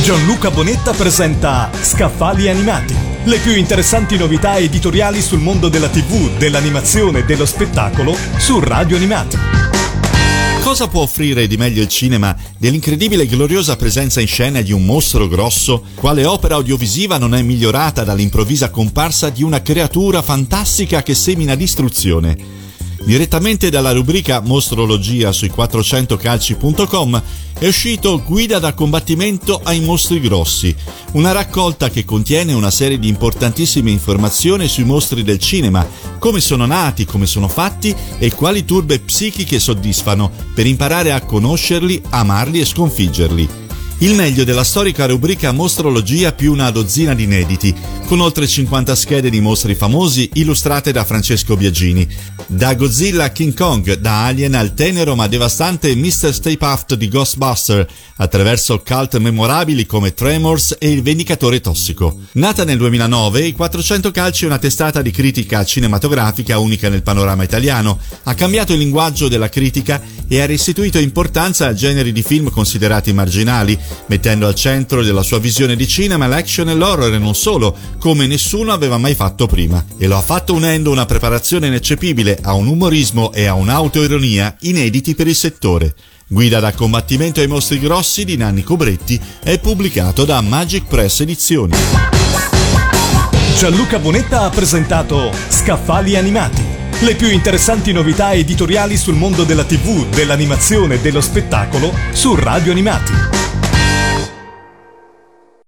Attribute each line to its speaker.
Speaker 1: Gianluca Bonetta presenta Scaffali Animati, le più interessanti novità editoriali sul mondo della TV, dell'animazione e dello spettacolo su Radio Animati.
Speaker 2: Cosa può offrire di meglio il cinema dell'incredibile e gloriosa presenza in scena di un mostro grosso? Quale opera audiovisiva non è migliorata dall'improvvisa comparsa di una creatura fantastica che semina distruzione? Direttamente dalla rubrica Mostrologia sui 400calci.com è uscito Guida da combattimento ai mostri grossi, una raccolta che contiene una serie di importantissime informazioni sui mostri del cinema, come sono nati, come sono fatti e quali turbe psichiche soddisfano, per imparare a conoscerli, amarli e sconfiggerli. Il meglio della storica rubrica Mostrologia più una dozzina di inediti, con oltre 50 schede di mostri famosi illustrate da Francesco Biagini. Da Godzilla a King Kong, da Alien al tenero ma devastante Mr. Stay Puft di Ghostbuster, attraverso cult memorabili come Tremors e Il Vendicatore Tossico. Nata nel 2009, i 400 Calci è una testata di critica cinematografica unica nel panorama italiano. Ha cambiato il linguaggio della critica e ha restituito importanza a generi di film considerati marginali, mettendo al centro della sua visione di cinema l'action e l'horror e non solo, come nessuno aveva mai fatto prima. E lo ha fatto unendo una preparazione ineccepibile a un umorismo e a un'autoironia inediti per il settore. Guida da combattimento ai mostri grossi di Nanni Cobretti è pubblicato da Magic Press Edizioni.
Speaker 1: Gianluca Bonetta ha presentato Scaffali Animati, le più interessanti novità editoriali sul mondo della TV, dell'animazione e dello spettacolo su Radio Animati.